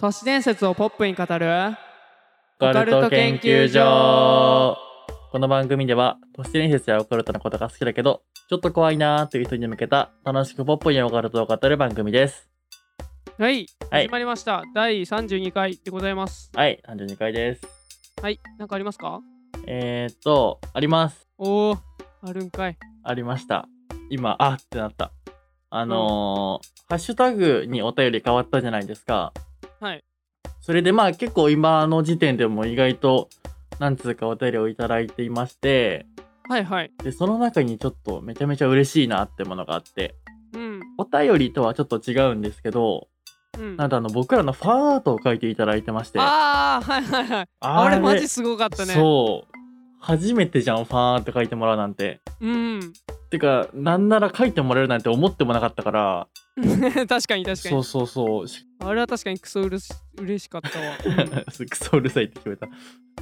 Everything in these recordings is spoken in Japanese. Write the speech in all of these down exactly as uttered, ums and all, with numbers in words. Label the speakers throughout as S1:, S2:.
S1: 都市伝説をポップに語る
S2: オカルト研究所。この番組では都市伝説やオカルトのことが好きだけどちょっと怖いなーという人に向けた楽しくポップにオカルトを語る番組です。
S1: はい、
S2: はい、
S1: 始まりました。だいさんじゅうにかいでございます。
S2: はい、さんじゅうにかいです。
S1: はい、なんかありますか？
S2: えーっとあります。
S1: おー、あるんかい。
S2: ありました。今あってなったあのーうん、ハッシュタグにお便り変わったじゃないですか。
S1: はい。
S2: それでまあ結構今の時点でも意外と何通かお便りをいただいていまして、
S1: はいはい。
S2: でその中にちょっとめちゃめちゃ嬉しいなってものがあって、
S1: うん。
S2: お便りとはちょっと違うんですけど、うん、なんとあの僕らのファンアートを書いていただいてまして、
S1: あーはいはいはい、あれマジすごかったね。
S2: そう初めてじゃん、ファンアート書いてもらうなんて。
S1: うん
S2: てかなんなら書いてもらえるなんて思ってもなかったから
S1: 確かに確かに。
S2: そうそうそう。
S1: あれは確かにクソうるし嬉しかったわ、
S2: うん、クソうるさいって聞こえた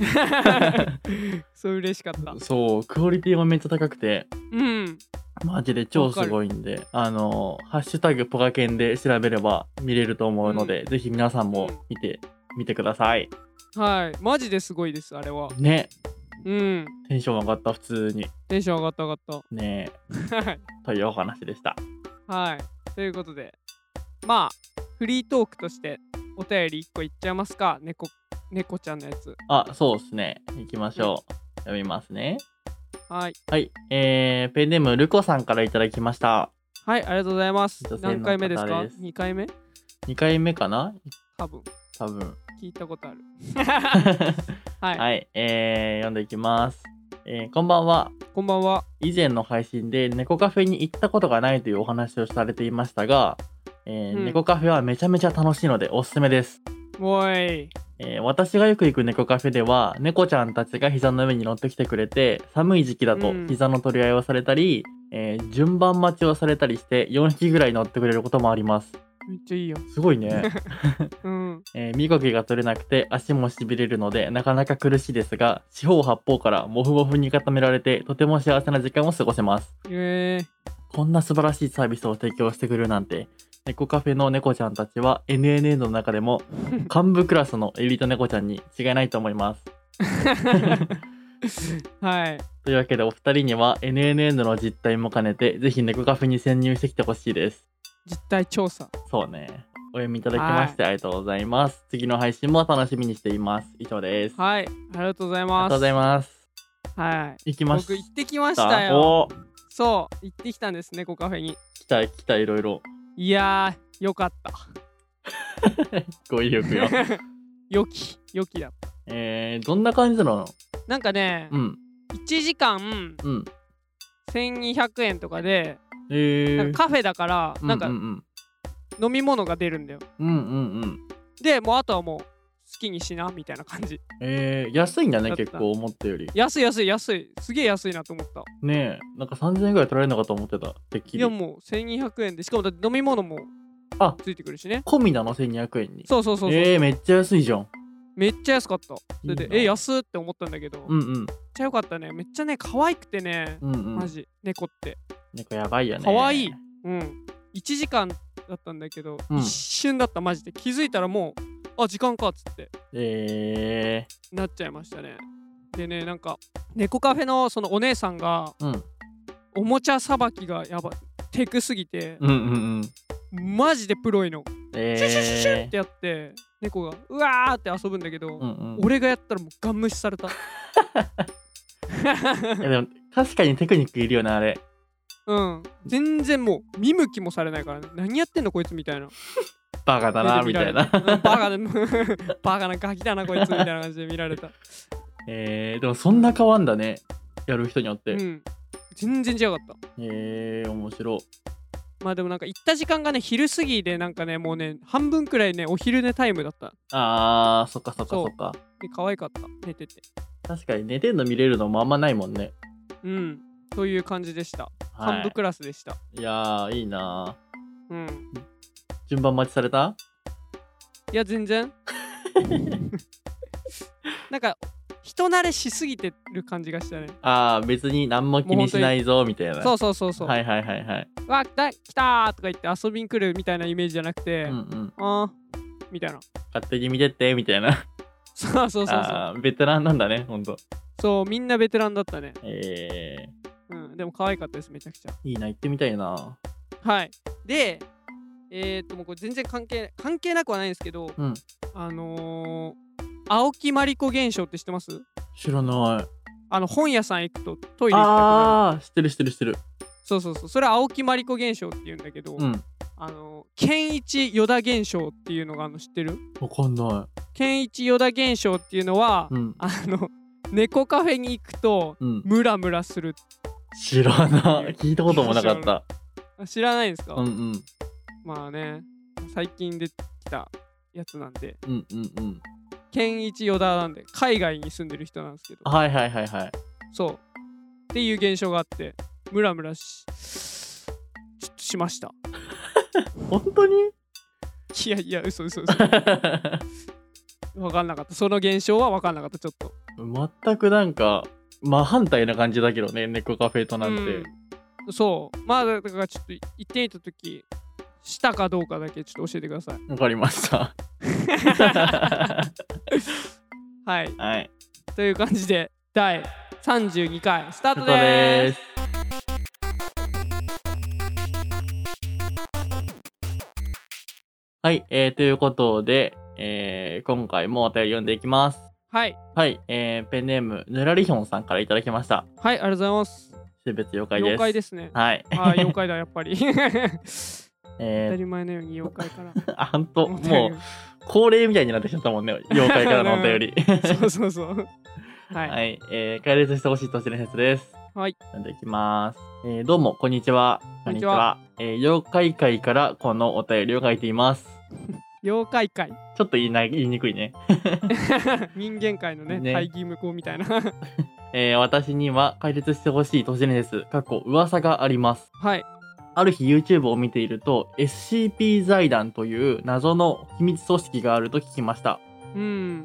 S1: そう嬉しかった。
S2: そうクオリティもめっちゃ高くて、
S1: うん
S2: マジで超すごいんで、あのハッシュタグポカケンで調べれば見れると思うので、うん、ぜひ皆さんも見てみてください。
S1: はいマジですごいです。あれは
S2: ね。
S1: うん
S2: テンション上がった。普通に
S1: テンション上がった上がった
S2: ねえというお話でした。
S1: はいということで、まあフリートークとしてお便りいっこいっちゃいますか。猫猫ちゃんのやつ。
S2: あ、そうですね。行きましょう、うん、読みますね。
S1: はい
S2: はい、えー、ペンネームルコさんからいただきました。
S1: はい、ありがとうございます。何回目ですか？にかいめ？
S2: にかいめかな？
S1: 多分
S2: 多分
S1: 聞いたことある
S2: はい、はい、えー、読んでいきます。えー、こんばんは。
S1: こんばんは。
S2: 以前の配信で猫カフェに行ったことがないというお話をされていましたが、えーうん、猫カフェはめちゃめちゃ楽しいのでおすすめです。
S1: おい、
S2: えー、私がよく行く猫カフェでは猫ちゃんたちが膝の上に乗ってきてくれて、寒い時期だと膝の取り合いをされたり、うんえー、順番待ちをされたりしてよんひきぐらい乗ってくれることもあります。
S1: めっちゃいいよ。
S2: すごいね、
S1: うん
S2: えー、身動きが取れなくて足もしびれるのでなかなか苦しいですが、四方八方からモフモフに固められてとても幸せな時間を過ごせます。
S1: へー、
S2: こんな素晴らしいサービスを提供してくれるなんて。猫カフェの猫ちゃんたちは エヌエヌエヌ の中でも幹部クラスのエリート猫ちゃんに違いないと思います
S1: はい
S2: というわけでお二人には エヌエヌエヌ の実態も兼ねてぜひ猫カフェに潜入してきてほしいです。
S1: 実態調査。
S2: そうね。お読みいただきましてありがとうございます。次の配信も楽しみにしています。以上です。
S1: はい、ありがとうございます。
S2: ありがとうございます。
S1: はい、
S2: 行きました。
S1: 僕行ってきましたよ。そう行ってきたんです、猫カフェに。
S2: 来た来た、いろいろ。
S1: いやーよかった
S2: 語彙力よ
S1: よきよきだった。
S2: えー、どんな感じなの？
S1: なんかね、うん、いちじかん、うん、せんにひゃくえんとかで、えー、なんかカフェだからなんか飲み物が出るんだよ。うんうんうん。でもうあとはもう好きにしなみたいな感じ。
S2: えー、安いんだね。結構思ったより
S1: 安い安い安い、すげえ安いなと思った。
S2: ねえ、なんかさんぜんえんぐらい取られるのかと思ってた。てっきり。
S1: いやもうせんにひゃくえんで、しかもだって飲み物もついてくるしね。
S2: 込みなの？せんにひゃくえんに。
S1: そうそうそうそう。
S2: えー、めっちゃ安いじゃん。
S1: めっちゃ安かった。それでえ安って思ったんだけど、うんうん、めっちゃ良かったね。めっちゃね可愛くてね、うんうん、マジ猫って
S2: 猫やばいよね。
S1: 可愛い。うん。いちじかんだったんだけど、うん、一瞬だった。マジで気づいたらもうあ時間かっつってえー、なっちゃいましたね。でね、なんか猫カフェのそのお姉さんが、うん、おもちゃさばきがやばいテクすぎて、うんうんうん、マジでプロいの、えー、シュシュシュシュってやって猫がうわーって遊ぶんだけど、うんうん、俺がやったらもうガン無視されたい
S2: やでも確かにテクニックいるよなあれ。
S1: うん全然もう見向きもされないからね。何やってんのこいつみたいな
S2: バカだなみたいな
S1: バカだバカなガキだなこいつみたいな感じで見られた。
S2: えー、でもそんな変わんだね、やる人によって。うん
S1: 全然違かった。
S2: へえー、面白い。
S1: まあでもなんか行った時間がね昼過ぎで、なんかねもうね半分くらいねお昼寝タイムだった。
S2: あーそっかそっかそっか。
S1: で可愛かった寝てて。
S2: 確かに寝てんの見れるのもあんまないもんね。
S1: うんという感じでした、はい、幹部クラスでした。
S2: いやーいいなー。
S1: うん
S2: 順番待ちされた？
S1: いや全然なんか人慣れしすぎてる感じがしたね。
S2: ああ別に何も気にしないぞみたいな。
S1: そうそうそうそう。
S2: はいはいはいはい。
S1: わ来た来たーとか言って遊びに来るみたいなイメージじゃなくて、うんうん、あーみたいな。
S2: 勝手に見てってみたいな。
S1: そうそうそうそう。
S2: あベテランなんだね、ほんと。
S1: そう、みんなベテランだったね。
S2: え
S1: ー、うん、でも可愛かったです、めちゃくちゃ。
S2: いいな、行ってみたいな。
S1: はい。で、えー、っと、もうこれ全然関係、関係なくはないんですけど、
S2: うん、
S1: あのー、青木まりこ現象って知ってます？
S2: 知らない。
S1: あの、本屋さん行くとトイレ行きたくなる。
S2: ああ、知ってる知ってる知ってる。
S1: そうそうそう、それは青木まりこ現象って言うんだけど、
S2: うん、
S1: あの健一依田現象っていうのがあるの知ってる？
S2: わかんない。
S1: 健一依田現象っていうのは、
S2: うん、
S1: あの猫カフェに行くと、うん、ムラムラする。
S2: 知らない。聞いたこともなかった。
S1: 知らないんですか？
S2: うんうん。
S1: まあね、最近出てきたやつなんで、
S2: うんうんうん。
S1: 健一依田なんで海外に住んでる人なんですけど、
S2: はいはいはいはい。
S1: そうっていう現象があって、ムラムラしちょっとしました。
S2: 本当に？
S1: いやいや、嘘嘘嘘。分かんなかった。その現象は分かんなかった。ちょっと
S2: 全くなんか真反対な感じだけどね、猫カフェとなんて、
S1: うん、そうまあだからちょっと行ってみた時したかどうかだけちょっと教えてください。
S2: わかりました
S1: はい、
S2: はい、
S1: という感じでだいさんじゅうにかいスタートです。
S2: はい、えー、ということで、えー、今回もお便り読んでいきます。
S1: はい
S2: はい、えー、ペンネームぬらりひょんさんからいただきました。
S1: はい、ありがとうございます。
S2: 性別妖怪です。
S1: 妖怪ですね。
S2: はい。
S1: あ、妖怪だやっぱり。
S2: えー、
S1: 当たり前のように妖怪から。
S2: あ、ほんと、もう恒例みたいになってきちゃったもんね、妖怪からのお便り。
S1: そうそうそう。はい、
S2: はい、えー、解列してほしい都市伝説です。
S1: はい。
S2: 読んでいきます。えー、どうもこんにちは。
S1: こんにちは。
S2: えー、妖怪界からこのお便りを書いています。
S1: 妖怪界。
S2: ちょっと言いない言いにくいね。
S1: 人間界のね、ね大義無効みたいな。
S2: えー、私には解説してほしい都市伝説、過去噂があります。
S1: はい。
S2: ある日 YouTube を見ていると エスシーピー 財団という謎の秘密組織があると聞きました。
S1: うん。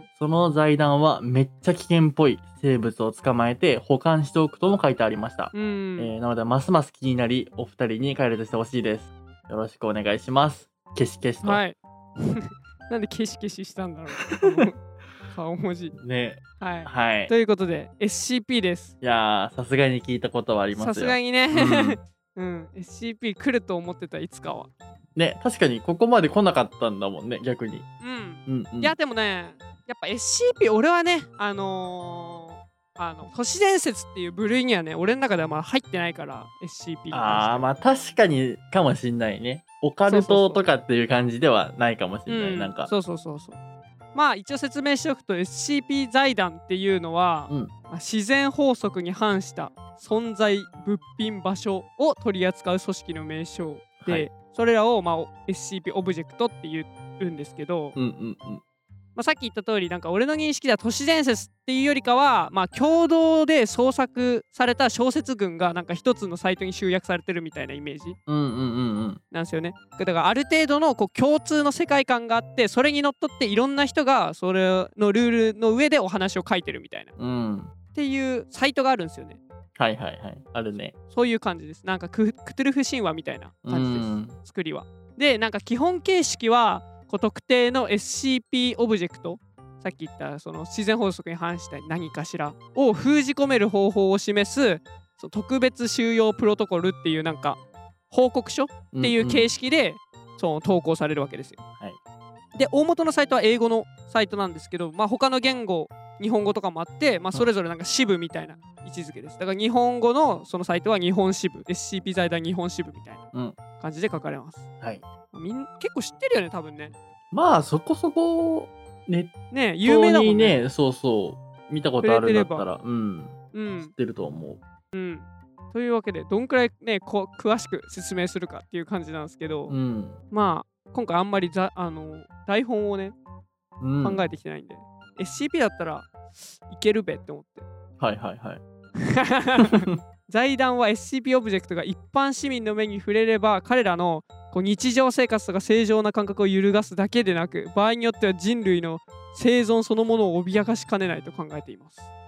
S2: その財団はめっちゃ危険っぽい生物を捕まえて保管しておくとも書いてありました。
S1: うん。
S2: えー、なのでますます気になりお二人に解説してほしいです。よろしくお願いします。ケシケシと。
S1: はい。なんでケシケシしたんだろう。顔文字。
S2: ね。
S1: はい。
S2: はい。
S1: ということで エスシーピー です。
S2: いやー、さすがに聞いたことはありますよ。
S1: さすがにね。うんうん、エスシーピー 来ると思ってたいつかは。
S2: ね、確かにここまで来なかったんだもんね、逆に。
S1: うん。
S2: うんうん、
S1: いやでもね、やっぱ エスシーピー 俺はね、あのー、あの都市伝説っていう部類にはね、俺の中ではまだ入ってないから、エスシーピー。
S2: ああ、まあ確かにかもしんないね。オカルトとかっていう感じではないかもしんない。うん、なんか。
S1: そうそうそうそう。まあ一応説明しておくと エスシーピー 財団っていうのは、うん、まあ、自然法則に反した存在物品場所を取り扱う組織の名称で、はい、それらを、まあ、エスシーピー オブジェクトって言うんですけど、
S2: うんうんうん、
S1: まあ、さっき言った通りなんか俺の認識では都市伝説っていうよりかは、まあ、共同で創作された小説群がなんか一つのサイトに集約されてるみたいなイメージなんですよね。だからある程度のこう共通の世界観があって、それにのっとっていろんな人がそれのルールの上でお話を書いてるみたいな、
S2: うん、
S1: っていうサイトがあるんですよね。
S2: はいはいはい、あるね。
S1: そういう感じです。なんかク, クトゥルフ神話みたいな感じです、うん、作りは。でなんか基本形式はこう特定の エスシーピー オブジェクト、さっき言ったその自然法則に反した何かしらを封じ込める方法を示すその特別収容プロトコルっていうなんか報告書っていう形式で、うんうん、その投稿されるわけですよ。
S2: はい、
S1: で大元のサイトは英語のサイトなんですけど、まあ、他の言語日本語とかもあって、まあ、それぞれなんか支部みたいな位置づけです。だから日本語のそのサイトは日本支部 エスシーピー 財団日本支部みたいな感じで書かれます。
S2: うん、はい、
S1: みん結構知ってるよね多分ね。
S2: まあそこそこね、
S1: ね有名だもんね。
S2: ね、そうそう見たことあるんだったら、うん、うん、知ってると思う。
S1: うん。というわけでどんくらいねこ詳しく説明するかっていう感じなんですけど、
S2: うん、
S1: まあ今回あんまりざあの台本をね、うん、考えてきてないんで エスシーピー だったらいけるべって思って。
S2: はいはいはい。
S1: 財団は エスシーピー オブジェクトが一般市民の目に触れれば彼らのこう日常生活とか正常な感覚を揺るがすだけでなく、場合によっては人類の生存そのものを脅かしかねないと考えています。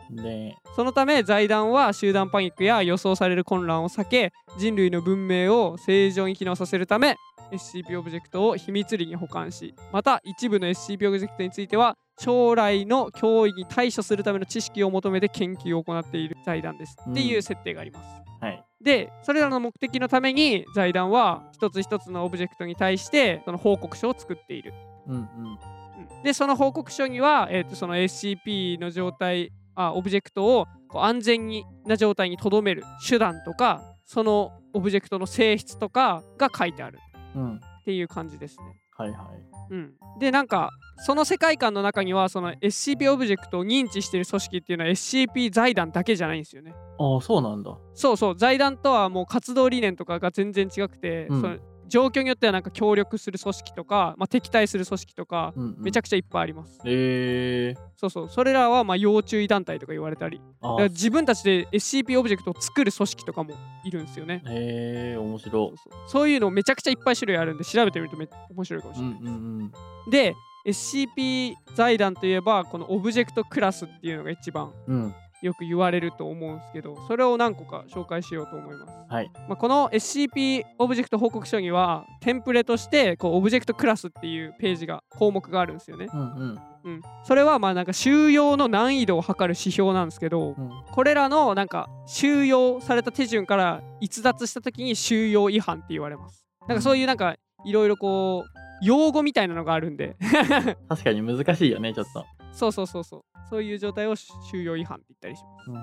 S2: ね、
S1: そのため財団は集団パニックや予想される混乱を避け、人類の文明を正常に機能させるため エスシーピー オブジェクトを秘密裏に保管し、また一部の エスシーピー オブジェクトについては将来の脅威に対処するための知識を求めて研究を行っている財団です、うん、っていう設定があります。
S2: はい、
S1: でそれらの目的のために財団は一つ一つのオブジェクトに対してその報告書を作っている。
S2: うんうん
S1: うん、でその報告書には、えー、とその エスシーピー の状態あオブジェクトをこう安全にな状態に留める手段とか、そのオブジェクトの性質とかが書いてあるっていう感じですね。
S2: はいはい。
S1: うん、でなんかその世界観の中にはその エスシーピー オブジェクトを認知している組織っていうのは エスシーピー 財団だけじゃないんですよね。
S2: ああ、そうなんだ。
S1: そうそう、財団とはもう活動理念とかが全然違くて、うん、その状況によってはなんか協力する組織とか、まあ、敵対する組織とか、うんうん、めちゃくちゃいっぱいあります。
S2: へえー。
S1: そうそう、それらはまあ要注意団体とか言われたり、だから自分たちで エスシーピー オブジェクトを作る組織とかもいるんですよね。
S2: へえー、面白い。
S1: そうそう、そういうのめちゃくちゃいっぱい種類あるんで調べてみるとめっちゃ面白いかもしれないです。うんうんうん、で エスシーピー 財団といえばこのオブジェクトクラスっていうのが一番、うんよく言われると思うんですけど、それを何個か紹介しようと思います。
S2: はい、
S1: まあ、この エスシーピー オブジェクト報告書にはテンプレとしてこうオブジェクトクラスっていうページが項目があるんですよね。
S2: うんうん
S1: うん、それはまあなんか収容の難易度を測る指標なんですけど、うん、これらのなんか収容された手順から逸脱した時に収容違反って言われます。なんかそういうなんかいろいろこう用語みたいなのがあるんで
S2: 確かに難しいよねちょっと。
S1: そうそうそうそうそういう状態を収容違反って言ったりします、うん、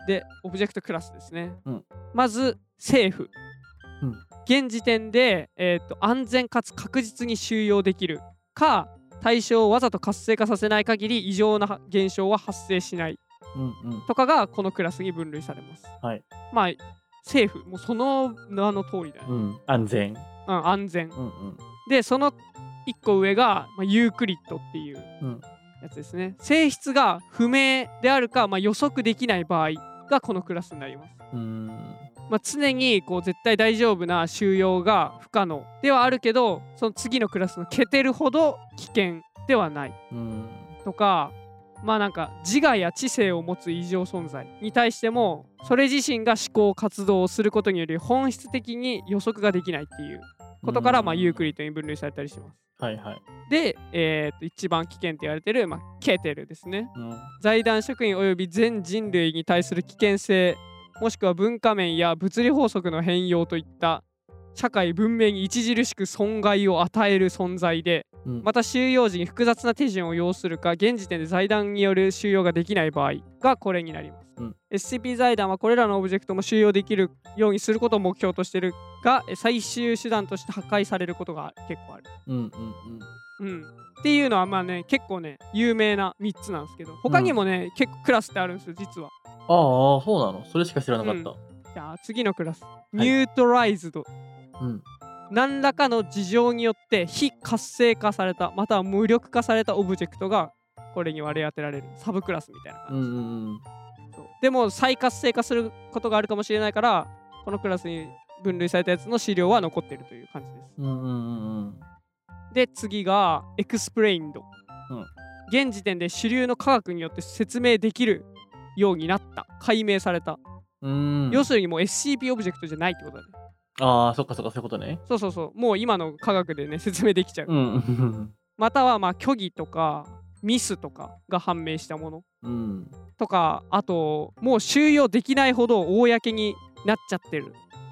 S1: でオブジェクトクラスですね、うん、まず政府、うん、現時点で、えー、と安全かつ確実に収容できるか対象をわざと活性化させない限り異常な現象は発生しない、うんうん、とかがこのクラスに分類されます、はい、まあ政府もうその名の通りだよね、うん、
S2: 安全、
S1: うん、安全、うんうん、でそのいっこ上が、まあ、ユークリッドっていう、うんやつですね。性質が不明であるか、まあ、予測できない場合がこのクラスになります。うーん、まあ、常にこう絶対大丈夫な収容が不可能ではあるけど、その次のクラスのケテルほど危険ではないとか、まあなんか自我や知性を持つ異常存在に対してもそれ自身が思考活動をすることにより本質的に予測ができないっていうことから、まあユークリッドに分類されたりします。
S2: はいはい、
S1: で、えー、と一番危険って言われてる、まあ、ケテルですね、うん、財団職員および全人類に対する危険性もしくは文化面や物理法則の変容といった社会文明に著しく損害を与える存在で、うん、また収容時に複雑な手順を要するか現時点で財団による収容ができない場合がこれになります、うん、エスシーピー 財団はこれらのオブジェクトも収容できるようにすることを目標としているが最終手段として破壊されることが結構ある、うんうんうんうん、っていうのはまあね結構ね有名なみっつなんですけど他にもね、うん、結構クラスってあるんですよ実は。
S2: ああそうなの、それしか知らなかった、うん、
S1: じゃあ次のクラス、はい、ニュートライズド、うん、何らかの事情によって非活性化されたまたは無力化されたオブジェクトがこれに割り当てられるサブクラスみたいな感じ、うんうんうん、そうでも再活性化することがあるかもしれないからこのクラスに分類されたやつの資料は残っているという感じです、うんうんうん、で次がエクスプレインド、うん、現時点で主流の科学によって説明できるようになった解明された、うん、要するにもう エスシーピー オブジェクトじゃないってことだね。
S2: ああそっかそっかそういうことね。
S1: そうそうそうもう今の科学でね説明できちゃう、うん、またはまあ虚偽とかミスとかが判明したもの、うん、とかあともう収容できないほど公になっちゃってる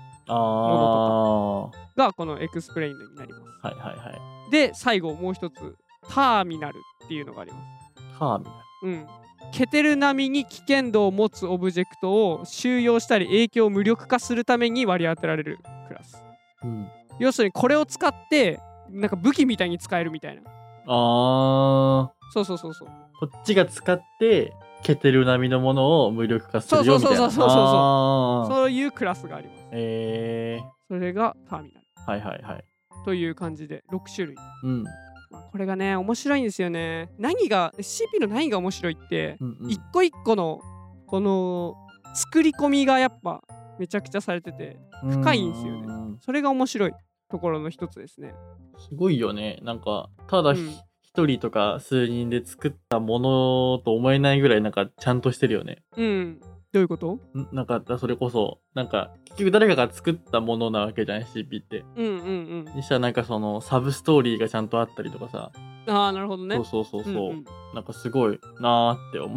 S1: ものとかがこのエクスプレインドになります。
S2: はいはいはい。
S1: で最後もう一つターミナルっていうのがあります。
S2: ターミナル、
S1: うんケテル並みに危険度を持つオブジェクトを収容したり影響を無力化するために割り当てられるクラス、うん、要するにこれを使ってなんか武器みたいに使えるみたいな。あーそうそうそうそう
S2: こっちが使ってケテル並みのものを無力化するよみたいな。
S1: そうそうそうそうそうそうそういうクラスがあります。
S2: えー、
S1: それがターミナル、
S2: はいはいはい、
S1: という感じでろく種類、うんこれがね面白いんですよね。何が エスシーピー の何が面白いって、うんうん、一個一個のこの作り込みがやっぱめちゃくちゃされてて深いんですよね。それが面白いところの一つですね。
S2: すごいよね。なんかただ、うん、一一人とか数人で作ったものと思えないぐらいなんかちゃんとしてるよね。
S1: うん。どういうこと？
S2: んなんかそれこそなんか結局誰かが作ったものなわけじゃん エスシーピー って。
S1: うんうんうん。
S2: にしたらなんかそのサブストーリーがちゃんとあったりとかさ。
S1: ああなるほどね。
S2: そうそうそうそう。うんうん、なんかすごいなーって思った。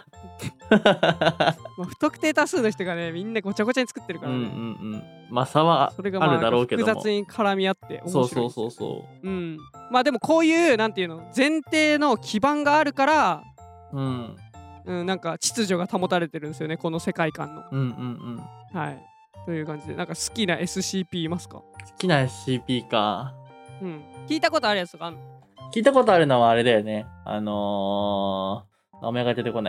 S1: まあ不特定多数の人がねみんなごちゃごちゃに作ってるからね。うんうん
S2: うん。まあ差はあるだろうけども。
S1: 複雑に絡み合って面白い。
S2: そうそうそうそう。
S1: うん。まあでもこういうなんていうの前提の基盤があるから。
S2: うん。
S1: うん、なんか秩序が保たれてるんですよねこの世界観の。
S2: うんうん
S1: うん。はい。という感じでなんか好きな エスシーピー いますか？好
S2: きな エスシーピー か。
S1: うん。聞いたことあるやつとかあるの？
S2: 聞いたことあるのはあれだよね。あのー、名前が出てこない。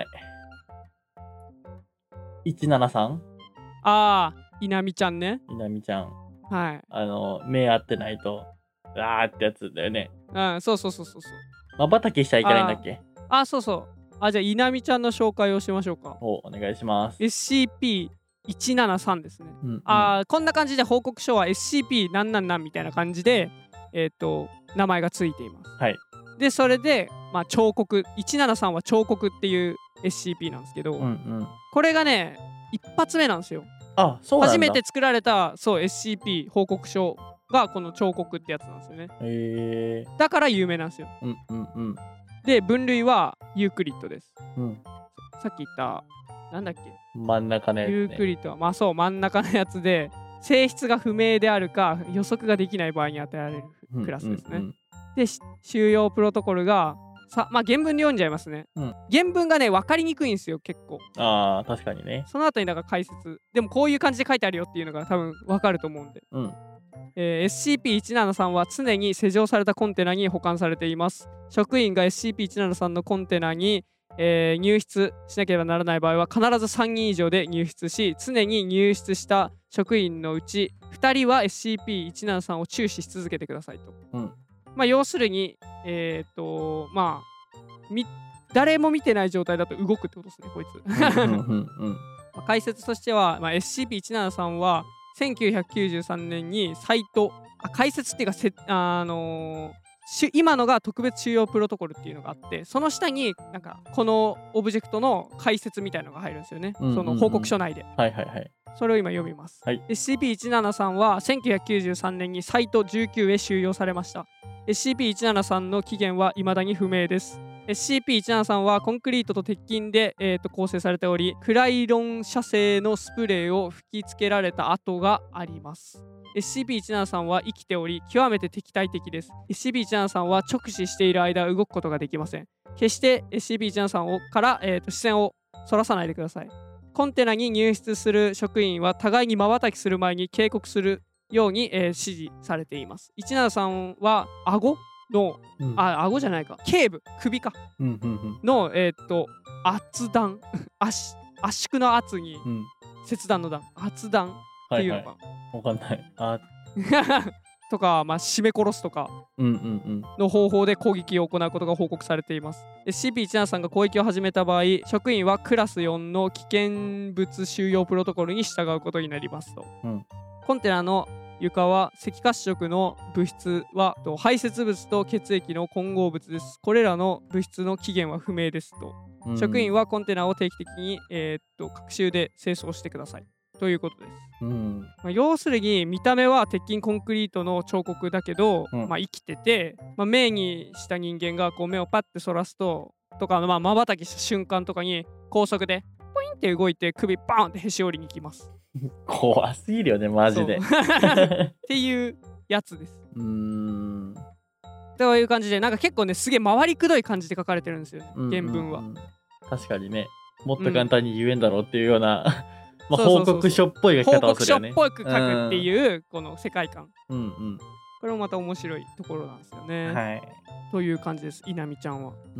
S2: いちななさん？
S1: ああ、いなみちゃんね。
S2: いなみちゃん。
S1: はい。
S2: あの、目合ってないと、あーってやつだよね。
S1: うん、そうそうそうそうそう。
S2: まばたきしちゃいけないんだっけ？
S1: ああ、そうそう。あ、じゃあ、いなみちゃんの紹介をしましょうか。
S2: お、お願いします。
S1: エスシーピーいちななさん ですね。
S2: うんうん、
S1: ああ、こんな感じで報告書は エスシーピー なんなんなんみたいな感じで、えっ、ー、と、名前がついています。
S2: はい。
S1: で、それで、まあ、彫刻、いちななさんは彫刻っていう エスシーピー なんですけど、
S2: うんうん、こ
S1: れがね、一発目なんですよ。
S2: あ、そうなんだ。
S1: 初めて作られたそう エスシーピー 報告書がこの彫刻ってやつなんですよね。
S2: へ
S1: だから有名なんですよ。
S2: うんうんうん。
S1: で分類はユークリッドです。
S2: うん。
S1: さっき言ったなんだっけ？
S2: 真ん中のやつ、ね。
S1: ユークリッドはまあそう真ん中のやつで性質が不明であるか予測ができない場合に与えられるクラスですね。うんうんうん、で収容プロトコルがさまあ原文で読んじゃいますね、うん、原文がね分かりにくいんですよ結構。
S2: あー確かにね。
S1: その後にだから解説でもこういう感じで書いてあるよっていうのが多分分かると思うんで、うんえー、エスシーピーいちななさん は常に施錠されたコンテナに保管されています。職員が エスシーピーいちななさん のコンテナに、えー、入室しなければならない場合は必ずさんにん以上で入室し常に入室した職員のうちふたりは エスシーピーいちななさん を注視し続けてくださいと、うんまあ、要するにえっ、ー、とまあみ誰も見てない状態だと動くってことですねこいつ解説としては、まあ、エスシーピーいちななさん はせんきゅうひゃくきゅうじゅうさんねんにサイトあ解説っていうかせ、あのー、今のが特別収容プロトコルっていうのがあってその下になんかこのオブジェクトの解説みたいなのが入るんですよね、うんうんうん、その報告書内で、はいはいはい、それを今読みます、はい、エスシーピーいちななさん はせんきゅうひゃくきゅうじゅうさんねんにサイトじゅうきゅうへ収容されました。 エスシーピーいちななさん の起源は未だに不明です。エスシーピーいちななさん はコンクリートと鉄筋で、えー、と構成されておりクライロン社製のスプレーを吹き付けられた跡があります。 エスシーピーいちななさん は生きており極めて敵対的です。 エスシーピーいちななさん は直視している間動くことができません。決して エスシーピーいちななさん をから、えー、と視線をそらさないでください。コンテナに入室する職員は互いに瞬きする前に警告するように、えー、指示されています。いちななさんは顎の、うん、あ、顎じゃないか、頸部、首か、うんうんうん、の、えー、っと、圧弾、圧縮の圧に、うん、切断の弾、圧弾っていうのか。
S2: わかんない。あ
S1: とか、まあ、絞め殺すとかの方法で攻撃を行うことが報告されています。エスシーピーいちななさん が攻撃を始めた場合、職員はクラスよんの危険物収容プロトコルに従うことになりますと。うん、コンテナの床は赤褐色の物質は排泄物と血液の混合物です。これらの物質の起源は不明ですと、うん、職員はコンテナを定期的に、えー、っと各週で清掃してくださいということです、うんまあ、要するに見た目は鉄筋コンクリートの彫刻だけど、うんまあ、生きてて、まあ、目にした人間がこう目をパッてそらすととかまあ瞬きした瞬間とかに高速でポインって動いて首バーンってへし折りに行きます。
S2: 怖すぎるよねマジで
S1: っていうやつです。うーんという感じでなんか結構ねすげえ回りくどい感じで書かれてるんですよね、うんうんうん、原文は。
S2: 確かにねもっと簡単に言えんだろうっていうような、うんまあ、報告書っぽい書き方をするよね。
S1: 報告書っぽく書くっていうこの世界観、うんうん、これもまた面白いところなんですよね、はい、という感じです。いなみちゃんは、
S2: うん、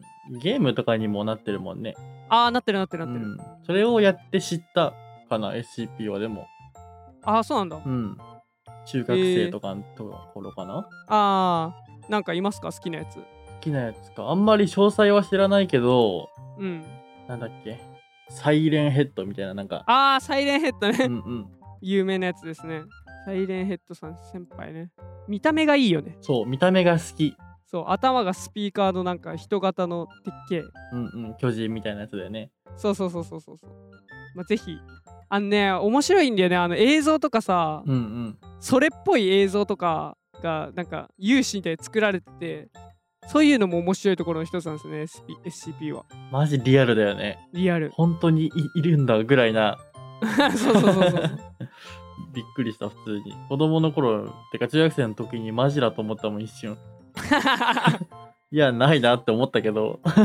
S2: ゲームとかにもなってるもんね。
S1: ああなってるなってるなってる、うん、
S2: それをやって知ったかな エスシーピー は。でも
S1: ああそうなんだ。
S2: うん中学生とかの頃かな、えー、
S1: あーなんかいますか好きなやつ。好
S2: きなやつかあんまり詳細は知らないけど、うん、なんだっけサイレンヘッドみたいななんか
S1: あーサイレンヘッドね、うん、うん、有名なやつですね。サイレンヘッドさん先輩ね見た目がいいよね。
S2: そう見た目が好き。
S1: そう頭がスピーカーのなんか人型のでっけえ
S2: うんうん巨人みたいなやつだよね。
S1: そうそうそうそうそうそう、まあ、ぜひあのね面白いんだよねあの映像とかさ、
S2: うんうん、
S1: それっぽい映像とかがなんか有志で作られててそういうのも面白いところの一つなんですね エスシーピー は。
S2: マジリアルだよね。
S1: リアル
S2: 本当に い, いるんだぐらいな
S1: そうそうそうそうそう
S2: びっくりした普通に子供の頃てか中学生の時にマジだと思ったもん一瞬いやないなって思ったけど、うん、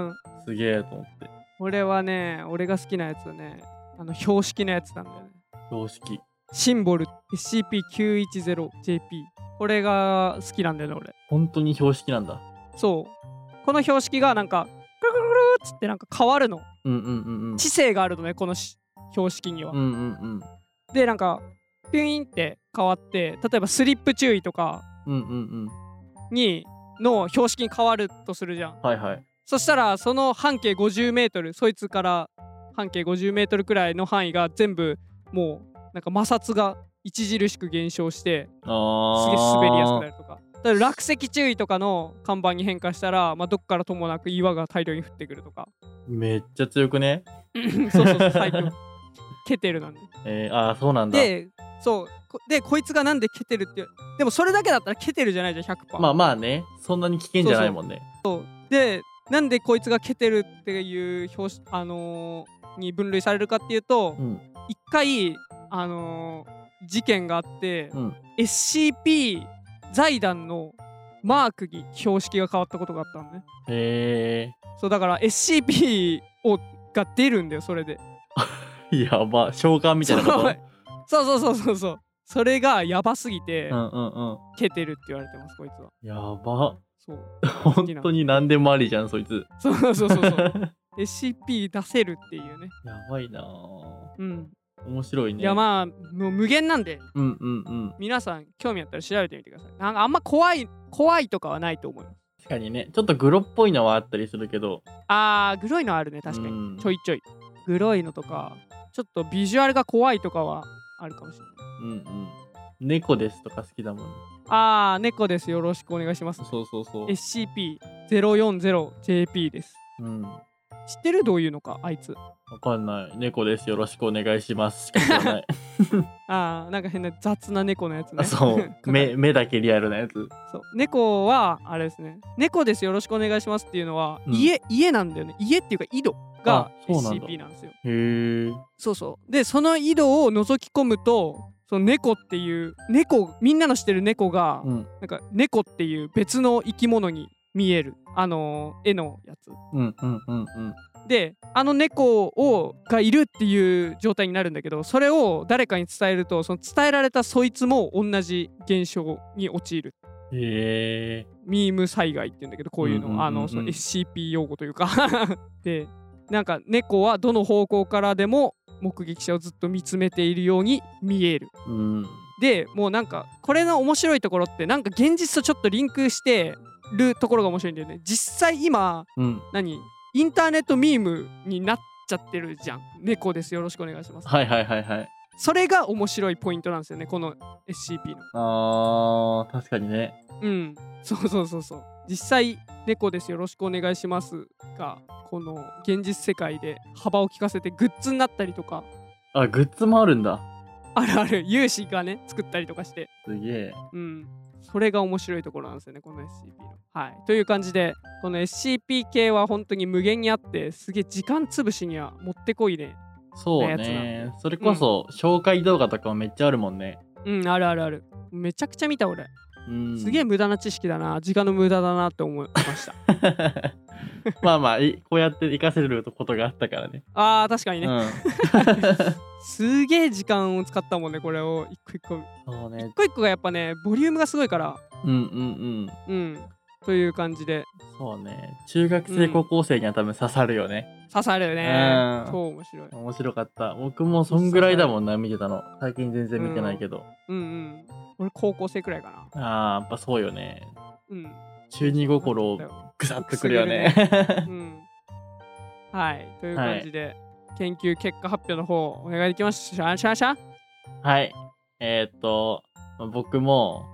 S2: すげえと思って。
S1: 俺はね俺が好きなやつはねあの標識のやつなんだよね。
S2: 標識
S1: シンボル エスシーピーきゅういちゼロジェーピー これが好きなんだよね俺。
S2: 本当に標識なんだ。
S1: そうこの標識がなんかくるくるくるっつってなんか変わるの。
S2: うんうんうんうん。
S1: 知性があるのねこの標識には。
S2: うんうんうん。
S1: でなんかピュインって変わって例えばスリップ注意とかにの標識に変わるとするじゃん。
S2: はいはい。
S1: そしたらその半径ごじゅうメートルそいつから半径ごじゅうメートルくらいの範囲が全部もうなんか摩擦が著しく減少してすげえ滑りやすくなるとか。だから落石注意とかの看板に変化したら、まあ、どっからともなく岩が大量に降ってくるとか。
S2: めっちゃ強くね
S1: そうそうそう最強ケテルなんで。
S2: えー、ああそうなんだ。
S1: でそうでこいつがなんでケテルってでもそれだけだったらケテルじゃないじゃん ひゃくパーセント。
S2: まあまあねそんなに危険じゃないもんね。
S1: そうそうそうでなんでこいつがケテルっていう表、あのー、に分類されるかっていうと、うん、一回、あのー、事件があって、うん、エスシーピー 財団のマークに標識が変わったことがあったのね。
S2: へえ。
S1: そうだから エスシーピー をが出るんだよそれで
S2: やば召喚みたいなこと
S1: そうそうそうそうそうそれがやばすぎて、
S2: うんうんうん、
S1: ケテルって言われてますこいつは。
S2: やば
S1: そう
S2: 本当に何でもありじゃんそいつ。
S1: そうそうそうそうエスシーピー 出せるっていうね。
S2: やばいな
S1: うん、
S2: 面白いね。
S1: いやまあもう無限なんで、
S2: うんうんうん、
S1: 皆さん興味あったら調べてみてください。なんかあんま怖い怖いとかはないと思います。
S2: 確かにねちょっとグロっぽいのはあったりするけど。
S1: あーグロいのあるね確かに、うん、ちょいちょいグロいのとかちょっとビジュアルが怖いとかはあるかもしれない。
S2: うんうん猫ですとか好きだもんね。
S1: あー猫ですよろしくお願いします。
S2: そうそうそう
S1: エスシーピーゼロよんゼロジェーピー です。うん、知ってるどういうのかあいつ。
S2: わかんない。猫ですよろしくお願いしますしか知らない
S1: あーなんか変な雑な猫のやつね。
S2: そう目目だけリアルなやつ。
S1: そう猫はあれですね猫ですよろしくお願いしますっていうのは、うん、家家なんだよね。家っていうか井戸が エスシーピー なんですよ。
S2: へえ。
S1: そうそうでその井戸を覗き込むとその猫っていう猫みんなの知ってる猫が、うん、なんか猫っていう別の生き物に見えるあのー、絵のやつ。
S2: うんうんうんうん。
S1: であの猫をがいるっていう状態になるんだけどそれを誰かに伝えるとその伝えられたそいつも同じ現象に陥る。
S2: へえ。
S1: ミーム災害っていうんだけどこういうの、うんうんうんうん、あのその エスシーピー 用語というかでなんか猫はどの方向からでも目撃者をずっと見つめているように見える、うん、でもうなんかこれの面白いところってなんか現実とちょっとリンクしてるところが面白いんだよね。実際今、うん、何インターネットミームになっちゃってるじゃん。猫ですよろしくお願いします。
S2: はいはいはいはい。
S1: それが面白いポイントなんですよねこの エスシーピー の。
S2: あー確かにね。
S1: うんそうそうそうそう実際猫ですよろしくお願いしますがこの現実世界で幅を利かせてグッズになったりとか。
S2: あグッズもあるんだ。
S1: あるある有志がね作ったりとかして
S2: すげえ。
S1: うんそれが面白いところなんですよねこの エスシーピー の。はいという感じでこの エスシーピー 系は本当に無限にあってすげえ時間つぶしにはもってこいね。
S2: そうねそれこそ、うん、紹介動画とかもめっちゃあるもんね。
S1: うんあるあるあるめちゃくちゃ見た俺。うんすげえ無駄な知識だな時間の無駄だなって思いました
S2: まあまあこうやって活かせることがあったからね。
S1: あー確かにね、うん、すげえ時間を使ったもんねこれを一個一個。そうね一個一個がやっぱねボリュームがすごいから。
S2: うんうんうん
S1: うんという感じで。
S2: そうね中学生高校生には多分刺さるよね、
S1: うん、刺さるよね、うん、超面白い。
S2: 面白かった。僕もそんぐらいだもんな見てたの。最近全然見てないけど、
S1: うん、うんうん俺高校生くらいか
S2: な。あーやっぱそうよね。
S1: うん
S2: 中二心をグサッとくるよね。
S1: ねうん、はいという感じで、はい、研究結果発表の方お願いできますしゃんしゃんしゃん。
S2: はいえー、っと僕も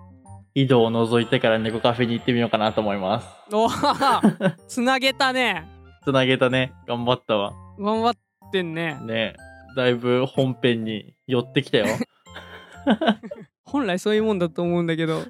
S2: 井戸を覗いてから猫カフェに行ってみようかなと思います。
S1: おーつなげたね。
S2: つなげたね。頑張ったわ。
S1: 頑張ってんね。
S2: ね、だいぶ本編に寄ってきたよ。
S1: 本来そういうもんだと思うんだけど。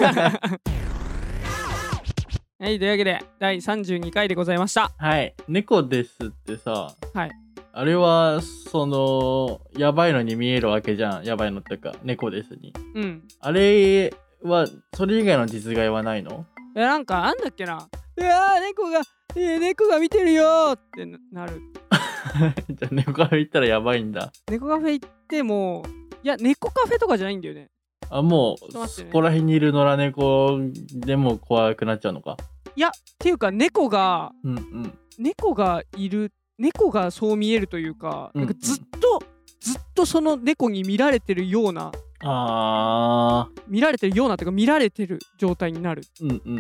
S1: はい、というわけでだいさんじゅうにかいでございました。
S2: はい、猫ですってさ、
S1: はい、
S2: あれはそのやばいのに見えるわけじゃん。やばいのっていうか猫ですに。
S1: うん。
S2: あれはそれ以外の実害はないの？
S1: え、なんかなんだっけな。うわー猫が、えー、猫が見てるよーってなる。
S2: じゃあ猫カフェ行ったらやばいんだ。
S1: 猫カフェ行っても、いや猫カフェとかじゃないんだよね。
S2: あ、もう、ね、そこら辺にいる野良猫でも怖くなっちゃうのか。
S1: いやっていうか猫が、
S2: うんうん、
S1: 猫がいる、猫がそう見えるというか、うんうん、なんかずっとずっとその猫に見られてるような、
S2: あー
S1: 見られてるようなというか見られてる状態になる。
S2: うんうんうんうん。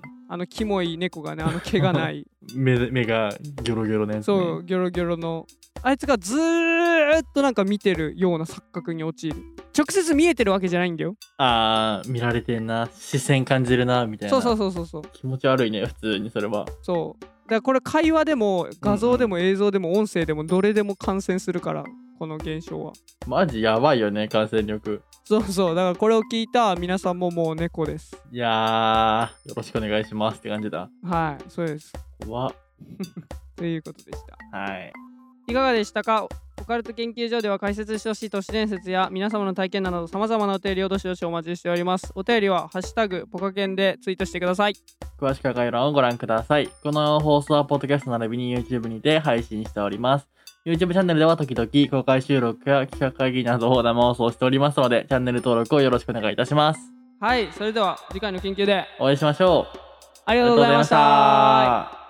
S1: あのキモい猫がね、あの毛がない
S2: 目, 目がギョロギョロのやつ、ね、
S1: そうギョロギョロのあいつがずーっとなんか見てるような錯覚に陥る。直接見えてるわけじゃないんだよ。
S2: あー見られてんな、視線感じるなみたいな。
S1: そうそうそうそう、
S2: 気持ち悪いね普通にそれは。
S1: そうだからこれ会話でも画像でも映像でも音声でもどれでも感染するから、この現象は
S2: マジやばいよね、感染力。
S1: そうそう、だからこれを聞いた皆さんももう猫です。
S2: いやーよろしくお願いしますって感じだ。
S1: はい、そうです。
S2: 怖っ。
S1: ということでした。
S2: はい、
S1: いかがでしたか？オカルト研究所では解説してほしい都市伝説や皆様の体験など様々なお便りをどしどしお待ちしております。お便りはハッシュタグポカケンでツイートしてください。
S2: 詳しくは概要欄をご覧ください。この放送はポッドキャスト並びに YouTube にて配信しております。YouTube チャンネルでは時々公開収録や企画会議などを生放送しておりますので、チャンネル登録をよろしくお願いいたします。
S1: はい、それでは次回の研究で
S2: お会いしましょう。
S1: ありがとうございました。